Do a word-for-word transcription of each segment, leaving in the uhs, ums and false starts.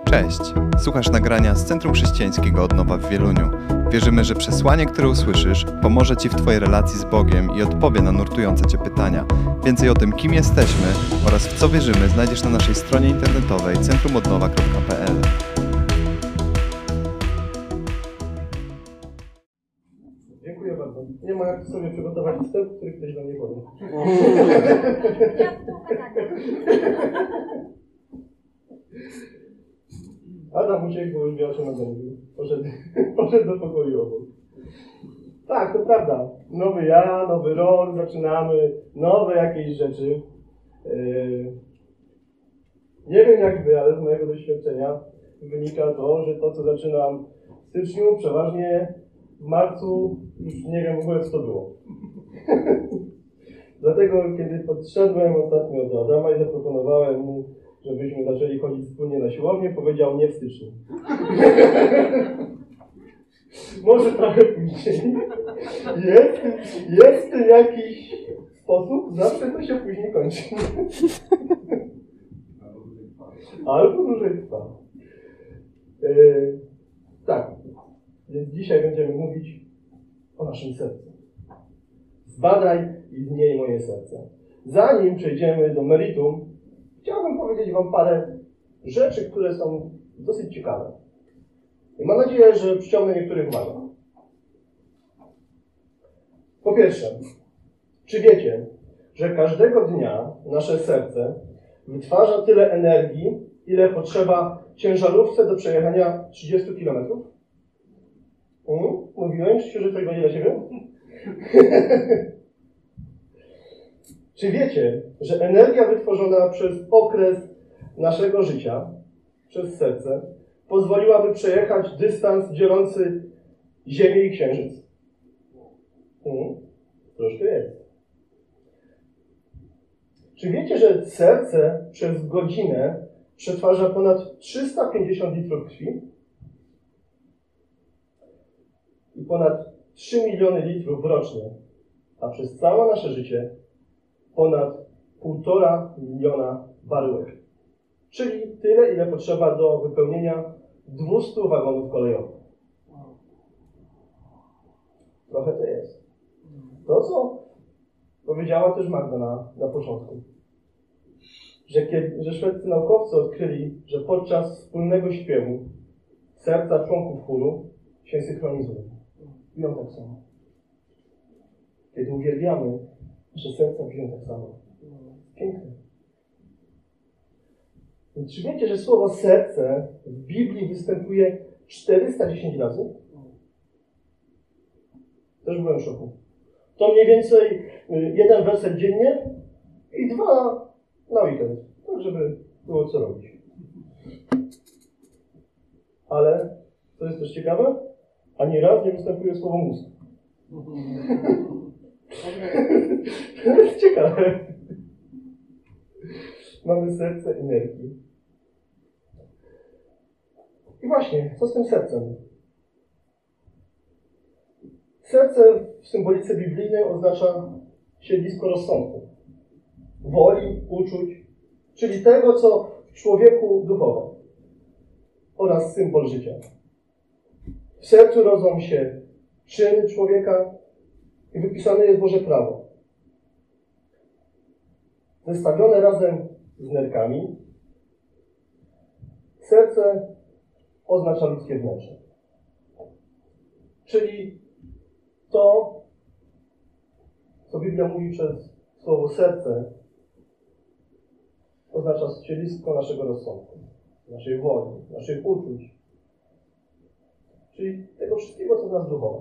Cześć! Słuchasz nagrania z Centrum Chrześcijańskiego Odnowa w Wieluniu. Wierzymy, że przesłanie, które usłyszysz, pomoże Ci w Twojej relacji z Bogiem i odpowie na nurtujące Cię pytania. Więcej o tym, kim jesteśmy oraz w co wierzymy, znajdziesz na naszej stronie internetowej centrum odnowa kropka p l. Dziękuję bardzo. Nie ma jak sobie przygotować wstęp, który ktoś nam nie powie. Adam uciekł, bo już miał się na gębie. Poszedł, poszedł do pokoju obok. Tak, to prawda. Nowy ja, nowy rok, zaczynamy, nowe jakieś rzeczy. Yy... Nie wiem jak wy, ale z mojego doświadczenia wynika to, że to, co zaczynam w styczniu, przeważnie w marcu już nie wiem w ogóle, co to było. Dlatego, kiedy podszedłem ostatnio do Adama i zaproponowałem mu, żebyśmy zaczęli chodzić wspólnie na siłownię, powiedział nie w styczniu. Może trochę później. Jest, jest jakiś sposób, zawsze to się później kończy. Albo dłużej trwa. Yy, tak, więc dzisiaj będziemy mówić o naszym sercu. Zbadaj i zmień moje serce. Zanim przejdziemy do meritum, chciałbym powiedzieć wam parę rzeczy, które są dosyć ciekawe. I mam nadzieję, że przyciągnę niektórych uwagę. Po pierwsze, czy wiecie, że każdego dnia nasze serce wytwarza tyle energii, ile potrzeba ciężarówce do przejechania trzydziestu kilometrów? Hmm? Mówiłem, czy że coś będzie dla siebie? Czy wiecie, że energia wytworzona przez okres naszego życia, przez serce, pozwoliłaby przejechać dystans dzielący Ziemię i Księżyc? Hmm? Troszkę jest. Czy wiecie, że serce przez godzinę przetwarza ponad trzysta pięćdziesiąt litrów krwi? I ponad trzy miliony litrów rocznie, a przez całe nasze życie ponad półtora miliona baryłek. Czyli tyle, ile potrzeba do wypełnienia dwustu wagonów kolejowych. Trochę to jest. To, co powiedziała też Magda na, na początku, że, kiedy, że szwedzcy naukowcy odkryli, że podczas wspólnego śpiewu serca członków chóru się synchronizują. Biją tak samo. Kiedy uwielbiamy, że serca biją tak samo. Piękne. I czy wiecie, że słowo serce w Biblii występuje czterysta dziesięć razy? Też byłem w szoku. To mniej więcej jeden werset dziennie i dwa na weekend. Tak, żeby było co robić. Ale, co jest też ciekawe, ani raz nie występuje słowo mózg. To jest ciekawe. Mamy serce energii. I właśnie, co z tym sercem? Serce w symbolice biblijnej oznacza siedlisko rozsądku, woli, uczuć, czyli tego, co w człowieku duchowe, oraz symbol życia. W sercu rodzą się czyny człowieka i wypisane jest Boże prawo. Zestawione razem z nerkami, serce oznacza ludzkie wnętrze. Czyli to, co Biblia mówi przez słowo serce, oznacza siedlisko naszego rozsądku, naszej woli, naszych uczuć, czyli tego wszystkiego, co w nas duchowe.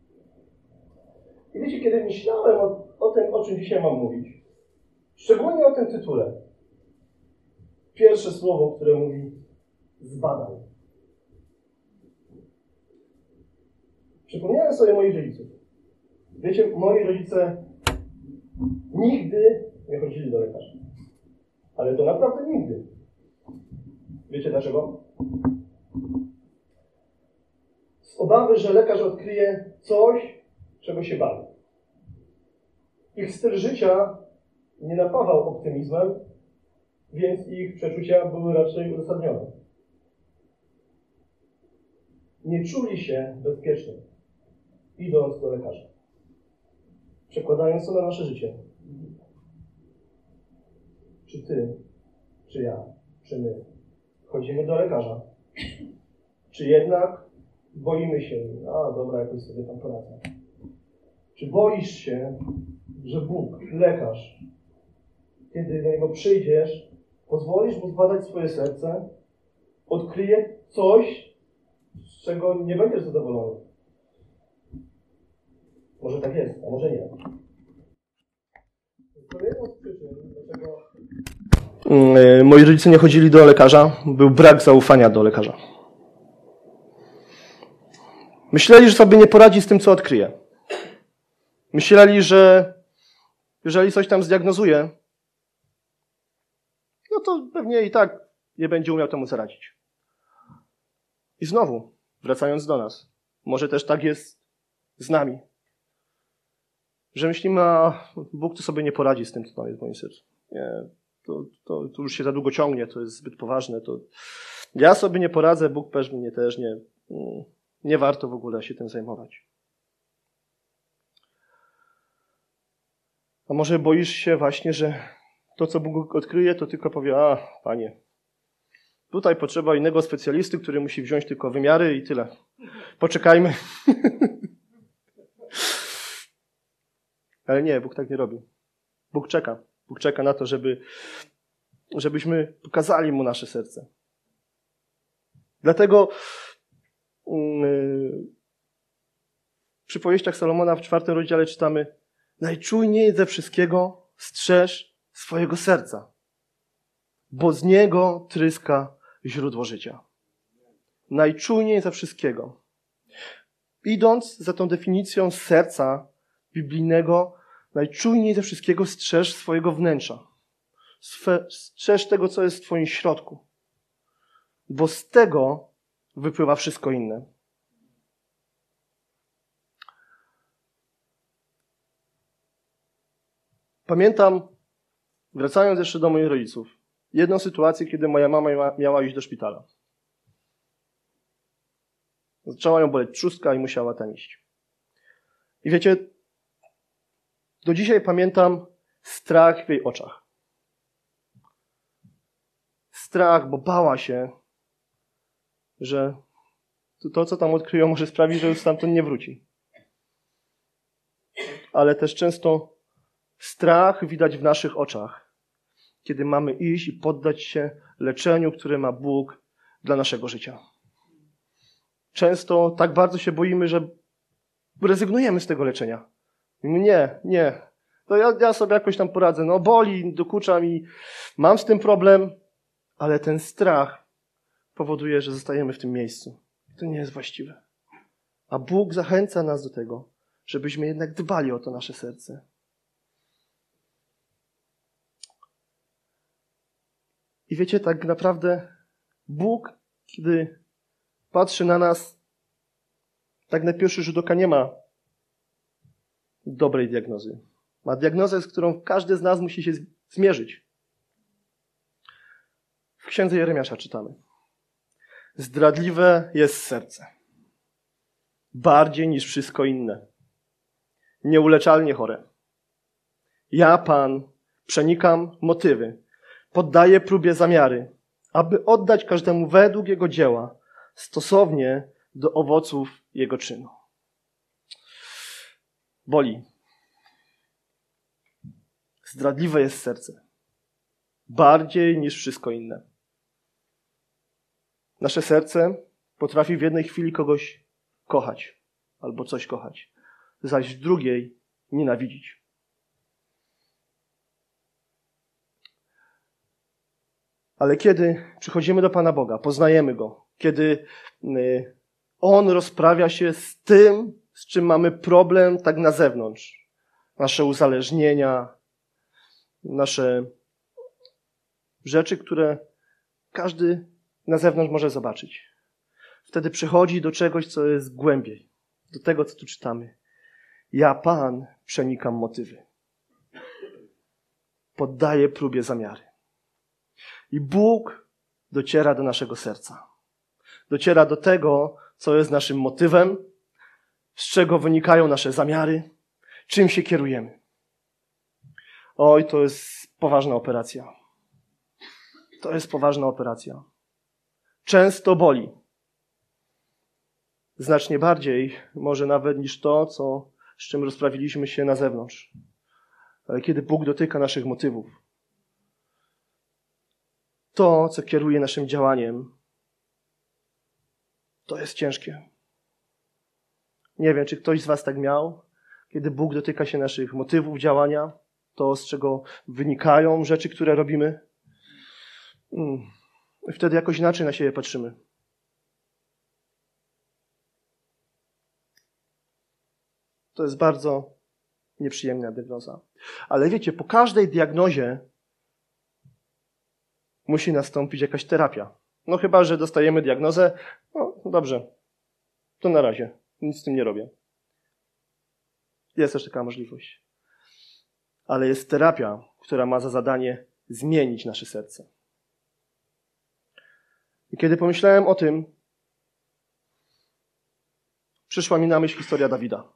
I wiecie, kiedy myślałem o, o tym, o czym dzisiaj mam mówić, szczególnie o tym tytule, pierwsze słowo, które mówi zbadaj. Przypomniałem sobie moich rodziców. Wiecie, moi rodzice nigdy nie chodzili do lekarza. Ale to naprawdę nigdy. Wiecie dlaczego? Z obawy, że lekarz odkryje coś, czego się bali. Ich styl życia nie napawał optymizmem, więc ich przeczucia były raczej uzasadnione. nie czuli się bezpiecznie, idąc do lekarza. Przekładając to na nasze życie. Czy ty, czy ja, czy my chodzimy do lekarza? Czy jednak boimy się, a dobra, jakoś sobie tam poradzę? Czy boisz się, że Bóg, lekarz, kiedy do Niego przyjdziesz, pozwolisz Mu zbadać swoje serce, odkryje coś, z czego nie będziesz zadowolony? Może tak jest, a może nie. Kolejną z przyczyn, dlaczego moi rodzice nie chodzili do lekarza, był brak zaufania do lekarza. Myśleli, że sobie nie poradzi z tym, co odkryje. Myśleli, że jeżeli coś tam zdiagnozuje, no to pewnie i tak nie będzie umiał temu zaradzić. I znowu, wracając do nas, może też tak jest z nami, że myślimy, a Bóg to sobie nie poradzi z tym, co tam jest w moim sercu. Nie, to, to, to już się za długo ciągnie, to jest zbyt poważne. To ja sobie nie poradzę, Bóg pewnie mnie też nie. Nie warto w ogóle się tym zajmować. A może boisz się właśnie, że to, co Bóg odkryje, to tylko powie, a Panie, tutaj potrzeba innego specjalisty, który musi wziąć tylko wymiary i tyle. Poczekajmy. Ale nie, Bóg tak nie robi. Bóg czeka. Bóg czeka na to, żeby, żebyśmy pokazali Mu nasze serce. Dlatego yy, w przypowieściach Salomona w czwartym rozdziale czytamy: najczujniej ze wszystkiego strzeż swojego serca, bo z niego tryska źródło życia. Najczujniej ze wszystkiego. Idąc za tą definicją serca biblijnego, najczujniej ze wszystkiego strzeż swojego wnętrza. Swe, strzeż tego, co jest w twoim środku. Bo z tego wypływa wszystko inne. Pamiętam, wracając jeszcze do moich rodziców, jedną sytuację, kiedy moja mama miała iść do szpitala. Zaczęła ją boleć trzustka i musiała tam iść. I wiecie, do dzisiaj pamiętam strach w jej oczach. Strach, bo bała się, że to, co tam odkryją, może sprawić, że już stamtąd nie wróci. Ale też często strach widać w naszych oczach, kiedy mamy iść i poddać się leczeniu, które ma Bóg dla naszego życia. Często tak bardzo się boimy, że rezygnujemy z tego leczenia. Nie, nie. To ja, ja sobie jakoś tam poradzę. No boli, dokucza mi, mam z tym problem, ale ten strach powoduje, że zostajemy w tym miejscu. To nie jest właściwe. A Bóg zachęca nas do tego, żebyśmy jednak dbali o to nasze serce. I wiecie, tak naprawdę Bóg, kiedy patrzy na nas, tak na pierwszy rzut oka nie ma dobrej diagnozy. Ma diagnozę, z którą każdy z nas musi się zmierzyć. W księdze Jeremiasza czytamy: zdradliwe jest serce, bardziej niż wszystko inne, nieuleczalnie chore. Ja, Pan, przenikam motywy, poddaję próbie zamiary, aby oddać każdemu według jego dzieła, stosownie do owoców jego czynu. Boli. Zdradliwe jest serce, bardziej niż wszystko inne. Nasze serce potrafi w jednej chwili kogoś kochać albo coś kochać, zaś w drugiej nienawidzić. Ale kiedy przychodzimy do Pana Boga, poznajemy Go, kiedy On rozprawia się z tym, z czym mamy problem tak na zewnątrz, nasze uzależnienia, nasze rzeczy, które każdy na zewnątrz może zobaczyć. Wtedy przychodzi do czegoś, co jest głębiej, do tego, co tu czytamy. Ja, Pan, przenikam motywy. Poddaję próbie zamiary. I Bóg dociera do naszego serca. Dociera do tego, co jest naszym motywem, z czego wynikają nasze zamiary, czym się kierujemy. Oj, to jest poważna operacja. To jest poważna operacja. Często boli. Znacznie bardziej, może nawet niż to, co, z czym rozprawiliśmy się na zewnątrz. Ale kiedy Bóg dotyka naszych motywów, to, co kieruje naszym działaniem, to jest ciężkie. Nie wiem, czy ktoś z was tak miał, kiedy Bóg dotyka się naszych motywów działania, to, z czego wynikają rzeczy, które robimy. I wtedy jakoś inaczej na siebie patrzymy. To jest bardzo nieprzyjemna diagnoza. Ale wiecie, po każdej diagnozie musi nastąpić jakaś terapia. No chyba, że dostajemy diagnozę, no dobrze, to na razie, nic z tym nie robię. Jest też taka możliwość. Ale jest terapia, która ma za zadanie zmienić nasze serce. I kiedy pomyślałem o tym, przyszła mi na myśl historia Dawida.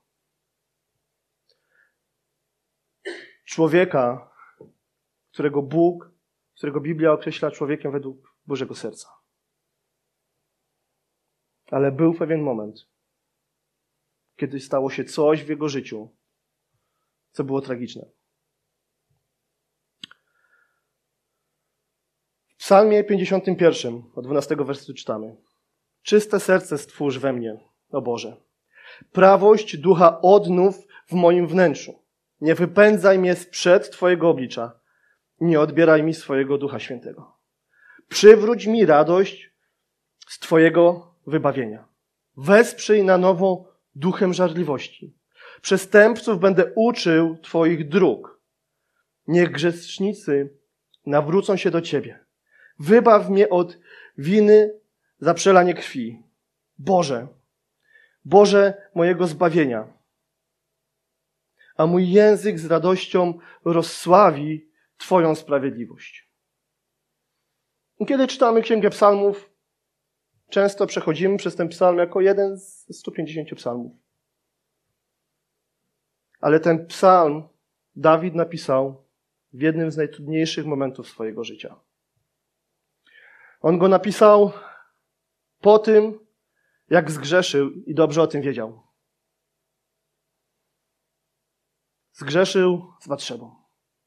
Człowieka, którego Bóg, którego Biblia określa człowiekiem według Bożego serca. Ale był pewien moment, kiedy stało się coś w jego życiu, co było tragiczne. W Psalmie pięćdziesiątym pierwszym, od dwunastego wersetu czytamy: czyste serce stwórz we mnie, o Boże. Prawość ducha odnów w moim wnętrzu. Nie wypędzaj mnie sprzed Twojego oblicza. Nie odbieraj mi swojego Ducha Świętego. Przywróć mi radość z Twojego wybawienia. Wesprzyj na nowo duchem żarliwości. Przestępców będę uczył Twoich dróg. Niech grzesznicy nawrócą się do Ciebie. Wybaw mnie od winy za przelanie krwi. Boże, Boże mojego zbawienia. A mój język z radością rozsławi Twoją sprawiedliwość. I kiedy czytamy Księgę Psalmów, często przechodzimy przez ten psalm jako jeden z stu pięćdziesięciu psalmów. Ale ten psalm Dawid napisał w jednym z najtrudniejszych momentów swojego życia. On go napisał po tym, jak zgrzeszył i dobrze o tym wiedział. Zgrzeszył z Batszebą.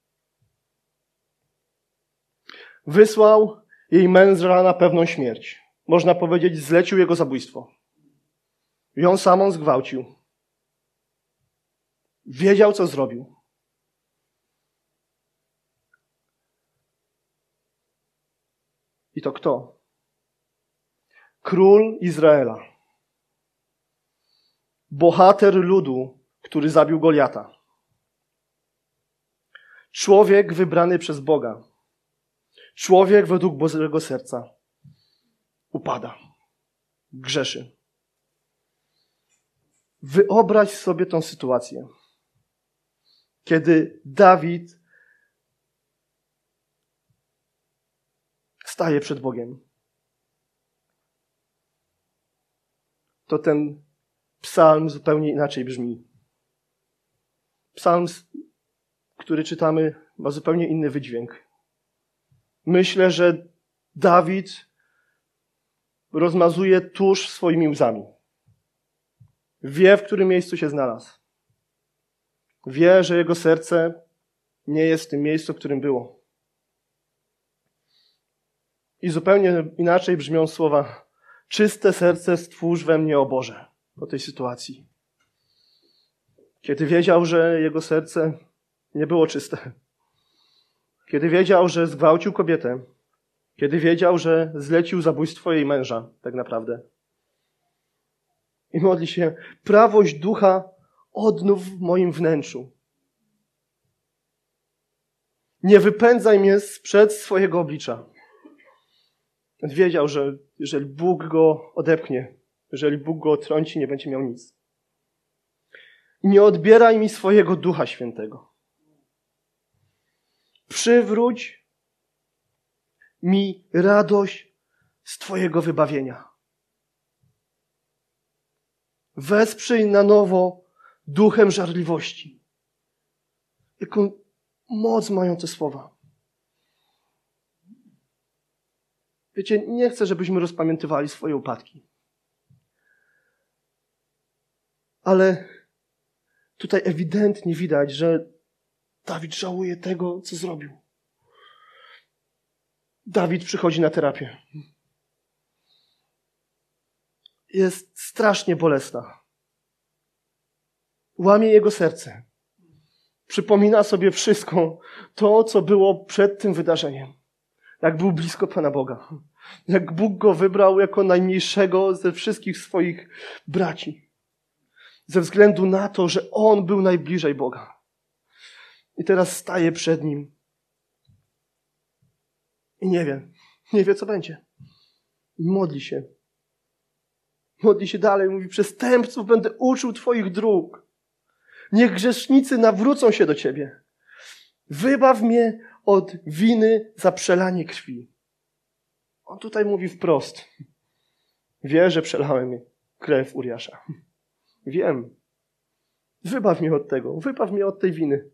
Wysłał jej męża na pewną śmierć. Można powiedzieć, zlecił jego zabójstwo. Ją samą zgwałcił. Wiedział, co zrobił. I to kto? Król Izraela. Bohater ludu, który zabił Goliata. Człowiek wybrany przez Boga. Człowiek według Bożego serca upada. Grzeszy. Wyobraź sobie tą sytuację. Kiedy Dawid staje przed Bogiem. To ten psalm zupełnie inaczej brzmi. Psalm, który czytamy, ma zupełnie inny wydźwięk. Myślę, że Dawid rozmazuje tusz swoimi łzami. Wie, w którym miejscu się znalazł. Wie, że jego serce nie jest w tym miejscu, w którym było. I zupełnie inaczej brzmią słowa: czyste serce stwórz we mnie, o Boże, po tej sytuacji. Kiedy wiedział, że jego serce nie było czyste. Kiedy wiedział, że zgwałcił kobietę. Kiedy wiedział, że zlecił zabójstwo jej męża, tak naprawdę. I modli się: prawość ducha odnów w moim wnętrzu. Nie wypędzaj mnie sprzed swojego oblicza. Wiedział, że jeżeli Bóg go odepchnie, jeżeli Bóg go odtrąci, nie będzie miał nic. Nie odbieraj mi swojego Ducha Świętego. Przywróć mi radość z Twojego wybawienia. Wesprzyj na nowo duchem żarliwości. Jaką moc mają te słowa. Wiecie, nie chcę, żebyśmy rozpamiętywali swoje upadki. Ale tutaj ewidentnie widać, że Dawid żałuje tego, co zrobił. Dawid przychodzi na terapię. Jest strasznie bolesna. Łamie jego serce. Przypomina sobie wszystko to, co było przed tym wydarzeniem. Jak był blisko Pana Boga. Jak Bóg go wybrał jako najmniejszego ze wszystkich swoich braci. Ze względu na to, że on był najbliżej Boga. I teraz staje przed nim. I nie wie. Nie wie, co będzie. I modli się. Modli się dalej. Mówi, przestępców będę uczył Twoich dróg. Niech grzesznicy nawrócą się do Ciebie. Wybaw mnie od winy za przelanie krwi. On tutaj mówi wprost. Wie, że przelałem krew Uriasza. Wiem. Wybaw mnie od tego. Wybaw mnie od tej winy.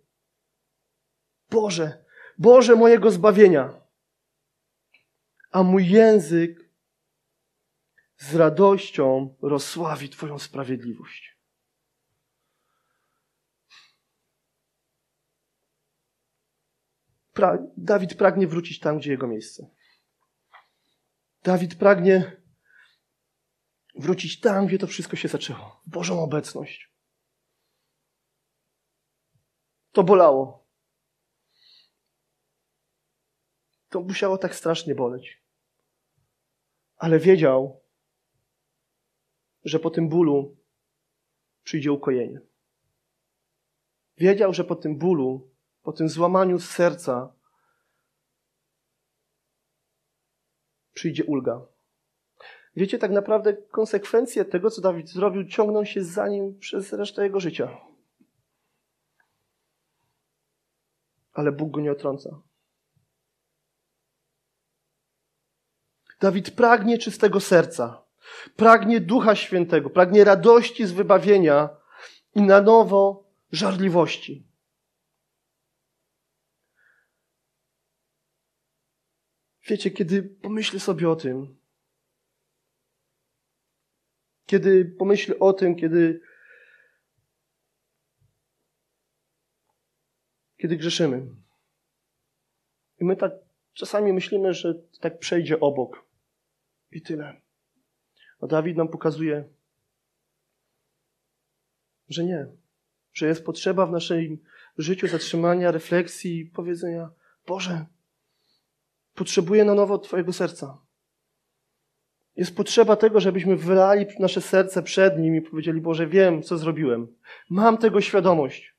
Boże, Boże mojego zbawienia. A mój język z radością rozsławi Twoją sprawiedliwość. Pra- Dawid pragnie wrócić tam, gdzie jego miejsce. Dawid pragnie wrócić tam, gdzie to wszystko się zaczęło. W Bożą obecność. To bolało. To musiało tak strasznie boleć. Ale wiedział, że po tym bólu przyjdzie ukojenie. Wiedział, że po tym bólu, po tym złamaniu serca przyjdzie ulga. Wiecie, tak naprawdę konsekwencje tego, co Dawid zrobił, ciągną się za nim przez resztę jego życia. Ale Bóg go nie otrąca. Dawid pragnie czystego serca, pragnie Ducha Świętego, pragnie radości z wybawienia i na nowo żarliwości. Wiecie, kiedy pomyślę sobie o tym, kiedy pomyślę o tym, kiedy, kiedy grzeszymy. I my tak czasami myślimy, że tak przejdzie obok. I tyle. A Dawid nam pokazuje, że nie. Że jest potrzeba w naszym życiu zatrzymania, refleksji i powiedzenia: Boże, potrzebuję na nowo Twojego serca. Jest potrzeba tego, żebyśmy wylali nasze serce przed Nim i powiedzieli: Boże, wiem, co zrobiłem. Mam tego świadomość.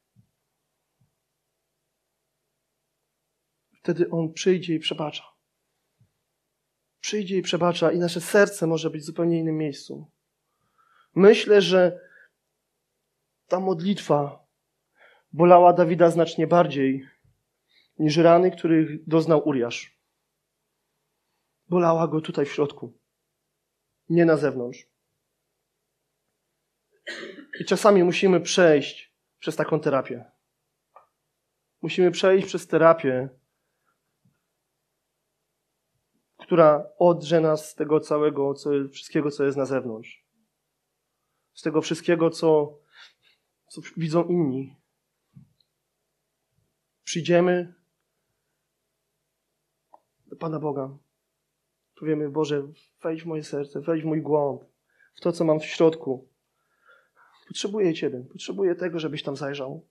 Wtedy On przyjdzie i przebacza. Przyjdzie i przebacza i nasze serce może być w zupełnie innym miejscu. Myślę, że ta modlitwa bolała Dawida znacznie bardziej niż rany, których doznał Uriasz. Bolała go tutaj w środku, nie na zewnątrz. I czasami musimy przejść przez taką terapię. Musimy przejść przez terapię, która odrze nas z tego całego, co, wszystkiego, co jest na zewnątrz. Z tego wszystkiego, co, co widzą inni. Przyjdziemy do Pana Boga. Powiemy: Boże, wejdź w moje serce, wejdź w mój głąb, w to, co mam w środku. Potrzebuję Ciebie, potrzebuję tego, żebyś tam zajrzał.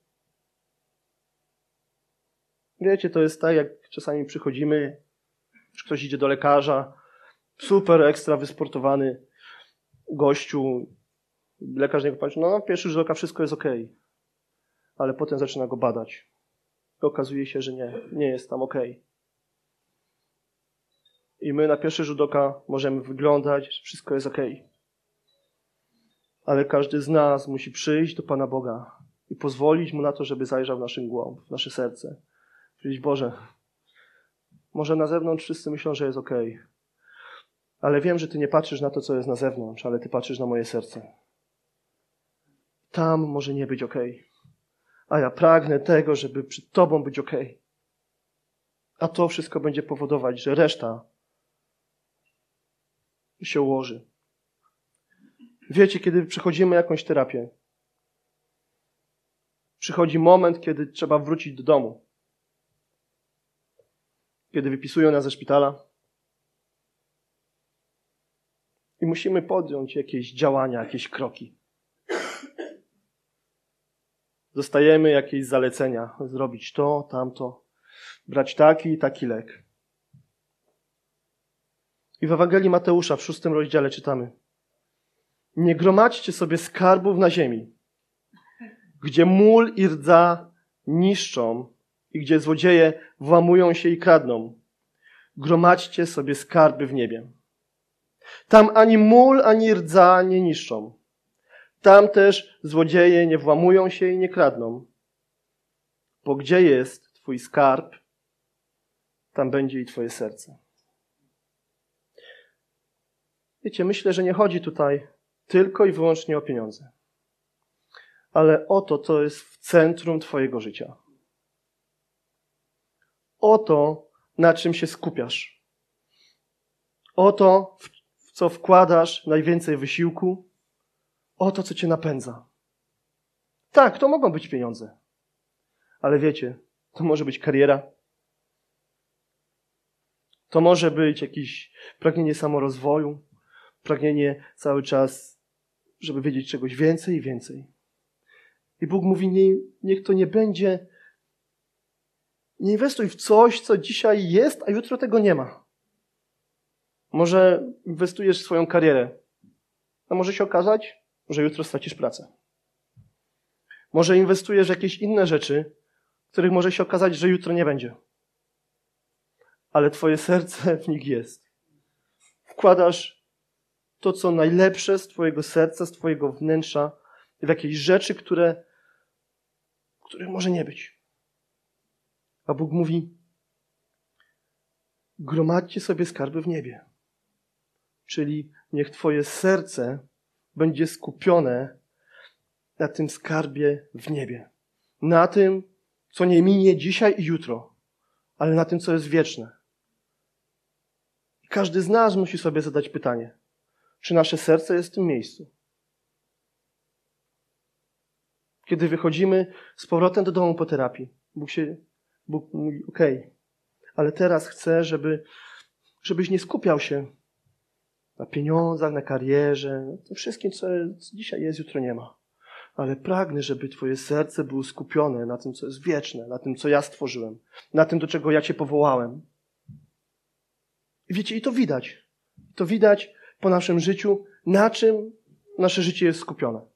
Wiecie, to jest tak, jak czasami przychodzimy, czy ktoś idzie do lekarza, super, ekstra wysportowany gościu. Lekarz niego patrzy: no, pierwszy rzut oka, wszystko jest okej. Okay. Ale potem zaczyna go badać. I okazuje się, że nie, nie jest tam okej. Okay. I my na pierwszy rzut oka możemy wyglądać, że wszystko jest okej. Okay. Ale każdy z nas musi przyjść do Pana Boga i pozwolić Mu na to, żeby zajrzał w naszym głąb, w nasze serce. Powiedzieć: Boże, może na zewnątrz wszyscy myślą, że jest okej. Okay. Ale wiem, że Ty nie patrzysz na to, co jest na zewnątrz, ale Ty patrzysz na moje serce. tam może nie być okej. A ja pragnę tego, żeby przed Tobą być okej. A to wszystko będzie powodować, że reszta się ułoży. Wiecie, kiedy przechodzimy jakąś terapię, przychodzi moment, kiedy trzeba wrócić do domu. Kiedy wypisują nas ze szpitala i musimy podjąć jakieś działania, jakieś kroki. Dostajemy jakieś zalecenia, zrobić to, tamto, brać taki i taki lek. I w Ewangelii Mateusza w szóstym rozdziale czytamy: nie gromadźcie sobie skarbów na ziemi, gdzie mól i rdza niszczą i gdzie złodzieje włamują się i kradną. Gromadźcie sobie skarby w niebie. Tam ani mól, ani rdza nie niszczą. Tam też złodzieje nie włamują się i nie kradną. Bo gdzie jest Twój skarb, tam będzie i Twoje serce. Wiecie, myślę, że nie chodzi tutaj tylko i wyłącznie o pieniądze. Ale o to, co jest w centrum Twojego życia. O to, na czym się skupiasz. O to, w co wkładasz najwięcej wysiłku. O to, co Cię napędza. Tak, to mogą być pieniądze. Ale wiecie, to może być kariera. To może być jakieś pragnienie samorozwoju. Pragnienie cały czas, żeby wiedzieć czegoś więcej i więcej. I Bóg mówi, nie, niech to nie będzie, nie inwestuj w coś, co dzisiaj jest, a jutro tego nie ma. Może inwestujesz w swoją karierę, a może się okazać, że jutro stracisz pracę. Może inwestujesz w jakieś inne rzeczy, których może się okazać, że jutro nie będzie. Ale Twoje serce w nich jest. Wkładasz to, co najlepsze z Twojego serca, z Twojego wnętrza, w jakieś rzeczy, które, których może nie być. A Bóg mówi, gromadźcie sobie skarby w niebie. Czyli niech Twoje serce będzie skupione na tym skarbie w niebie. Na tym, co nie minie dzisiaj i jutro, ale na tym, co jest wieczne. I każdy z nas musi sobie zadać pytanie, czy nasze serce jest w tym miejscu? Kiedy wychodzimy z powrotem do domu po terapii, Bóg się, Bóg mówi, okej, okay, ale teraz chcę, żeby, żebyś nie skupiał się na pieniądzach, na karierze, na tym wszystkim, co, co dzisiaj jest, jutro nie ma. Ale pragnę, żeby Twoje serce było skupione na tym, co jest wieczne, na tym, co ja stworzyłem, na tym, do czego ja Cię powołałem. I wiecie, i to widać. To widać po naszym życiu, na czym nasze życie jest skupione.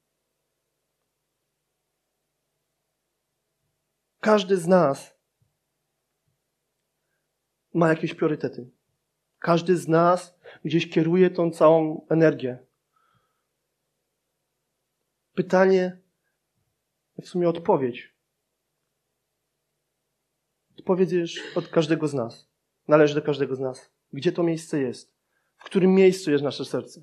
Każdy z nas ma jakieś priorytety. Każdy z nas gdzieś kieruje tą całą energię. Pytanie, w sumie odpowiedź. Odpowiedź jest od każdego z nas. Należy do każdego z nas. Gdzie to miejsce jest? W którym miejscu jest nasze serce?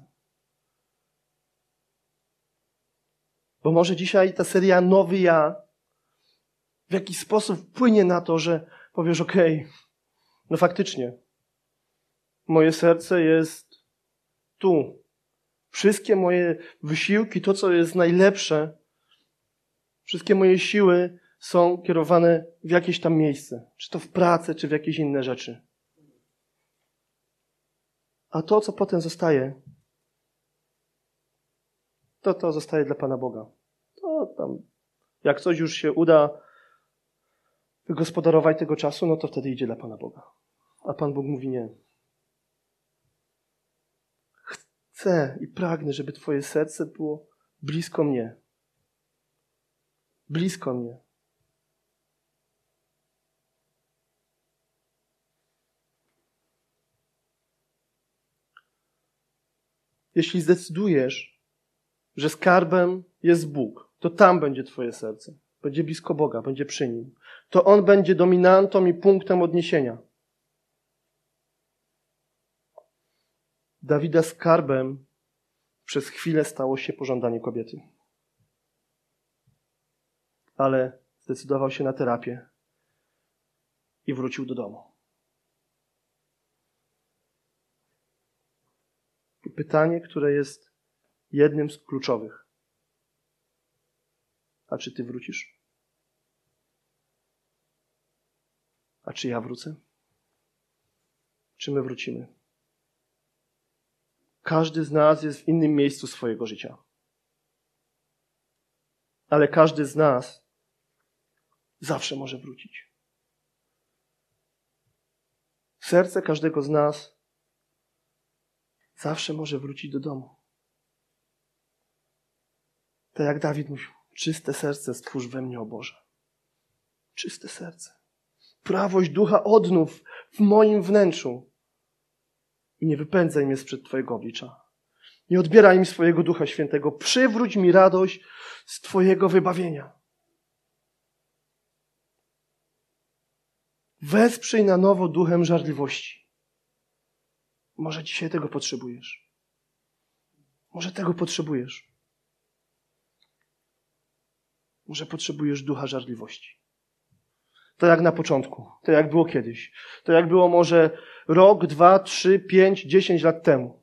Bo może dzisiaj ta seria Nowy Ja w jakiś sposób wpłynie na to, że powiesz, okej, okay, no faktycznie, moje serce jest tu. Wszystkie moje wysiłki, to co jest najlepsze, wszystkie moje siły są kierowane w jakieś tam miejsce. Czy to w pracę, czy w jakieś inne rzeczy. A to, co potem zostaje, to to zostaje dla Pana Boga. To tam, jak coś już się uda wygospodarować tego czasu, no to wtedy idzie dla Pana Boga. A Pan Bóg mówi nie. Chcę i pragnę, żeby Twoje serce było blisko mnie. Blisko mnie. Jeśli zdecydujesz, że skarbem jest Bóg, to tam będzie Twoje serce. Będzie blisko Boga, będzie przy Nim. To On będzie dominantą i punktem odniesienia. Dawida skarbem przez chwilę stało się pożądanie kobiety. ale zdecydował się na terapię i wrócił do domu. I pytanie, które jest jednym z kluczowych. A czy ty wrócisz? A czy ja wrócę? Czy my wrócimy? Każdy z nas jest w innym miejscu swojego życia. Ale każdy z nas zawsze może wrócić. Serce każdego z nas zawsze może wrócić do domu. Tak jak Dawid mówił, czyste serce stwórz we mnie, o Boże. Czyste serce. Prawość ducha odnów w moim wnętrzu. I nie wypędzaj mnie sprzed Twojego oblicza. Nie odbieraj mi swojego Ducha Świętego. Przywróć mi radość z Twojego wybawienia. Wesprzyj na nowo duchem żarliwości. Może dzisiaj tego potrzebujesz. Może tego potrzebujesz. Może potrzebujesz ducha żarliwości. To jak na początku. To jak było kiedyś. To jak było może rok, dwa, trzy, pięć, dziesięć lat temu.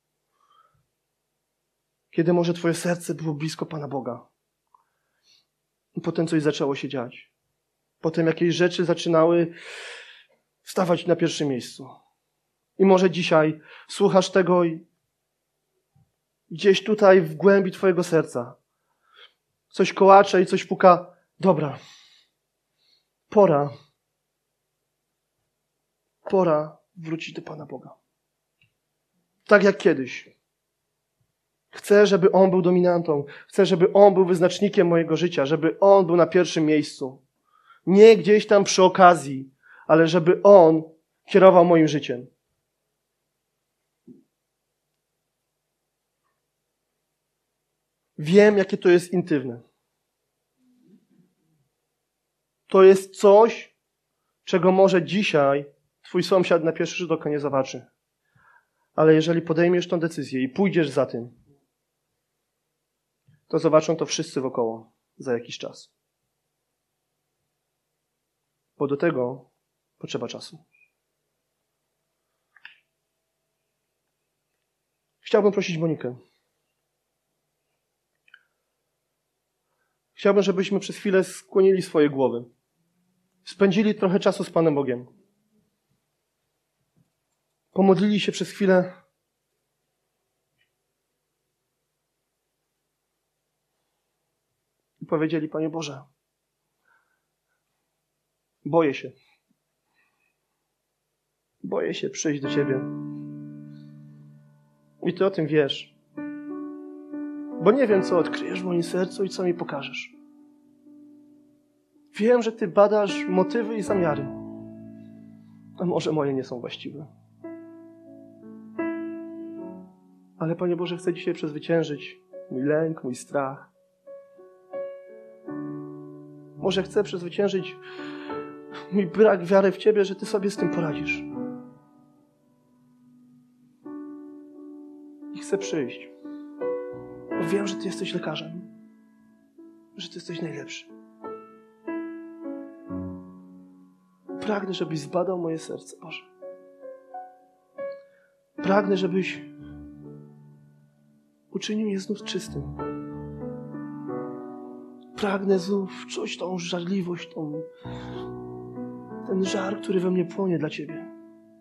Kiedy może twoje serce było blisko Pana Boga. I potem coś zaczęło się dziać. Potem jakieś rzeczy zaczynały stawać na pierwszym miejscu. I może dzisiaj słuchasz tego i gdzieś tutaj w głębi twojego serca coś kołacze i coś puka. Dobra. Pora. Pora wrócić do Pana Boga. Tak jak kiedyś. Chcę, żeby On był dominantą. Chcę, żeby On był wyznacznikiem mojego życia. Żeby On był na pierwszym miejscu. Nie gdzieś tam przy okazji, ale żeby On kierował moim życiem. Wiem, jakie to jest intymne. To jest coś, czego może dzisiaj twój sąsiad na pierwszy rzut oka nie zobaczy. Ale jeżeli podejmiesz tę decyzję i pójdziesz za tym, to zobaczą to wszyscy wokoło za jakiś czas. Bo do tego potrzeba czasu. Chciałbym prosić Monikę. Chciałbym, żebyśmy przez chwilę skłonili swoje głowy. Spędzili trochę czasu z Panem Bogiem. Pomodlili się przez chwilę. I powiedzieli: Panie Boże, boję się. Boję się przyjść do Ciebie. I Ty o tym wiesz. Bo nie wiem, co odkryjesz w moim sercu i co mi pokażesz. Wiem, że Ty badasz motywy i zamiary. A może moje nie są właściwe. Ale Panie Boże, chcę dzisiaj przezwyciężyć mój lęk, mój strach. Może chcę przezwyciężyć mój brak wiary w Ciebie, że Ty sobie z tym poradzisz. I chcę przyjść. Bo wiem, że Ty jesteś lekarzem. Że Ty jesteś najlepszy. Pragnę, żebyś zbadał moje serce, Boże. Pragnę, żebyś uczynił je znów czystym. Pragnę znów czuć tą żarliwość, tą, ten żar, który we mnie płonie dla Ciebie.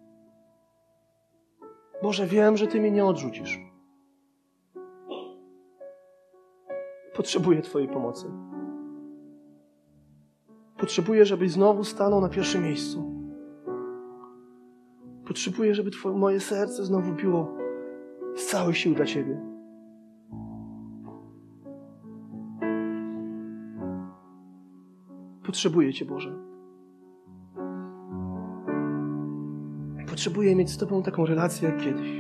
Boże, wiem, że Ty mnie nie odrzucisz. Potrzebuję Twojej pomocy. Potrzebuję, żebyś znowu stanął na pierwszym miejscu. Potrzebuję, żeby twoje, moje serce znowu biło z całych sił dla Ciebie. Potrzebuję Cię, Boże. Potrzebuję mieć z Tobą taką relację jak kiedyś.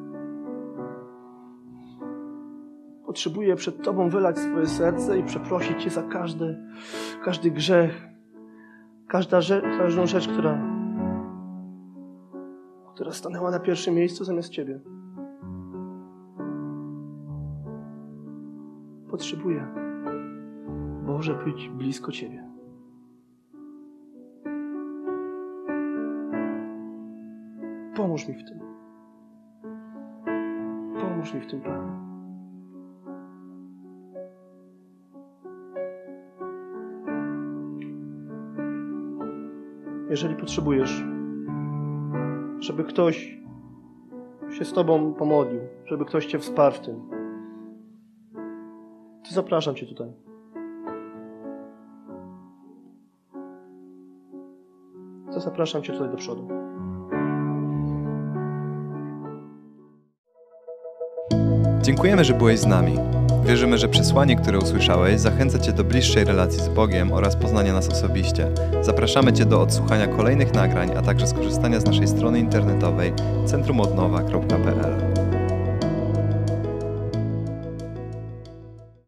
Potrzebuję przed Tobą wylać swoje serce i przeprosić Cię za każdy, każdy grzech, każda rzecz, każdą rzecz, która, która stanęła na pierwszym miejscu zamiast Ciebie. Potrzebuję Boże, być blisko Ciebie. Pomóż mi w tym. Pomóż mi w tym, Panie. Jeżeli potrzebujesz, żeby ktoś się z Tobą pomodlił, żeby ktoś Cię wsparł w tym, to zapraszam Cię tutaj. To zapraszam Cię tutaj do przodu. Dziękujemy, że byłeś z nami. Wierzymy, że przesłanie, które usłyszałeś, zachęca Cię do bliższej relacji z Bogiem oraz poznania nas osobiście. Zapraszamy Cię do odsłuchania kolejnych nagrań, a także skorzystania z naszej strony internetowej centrum odnowa kropka p l.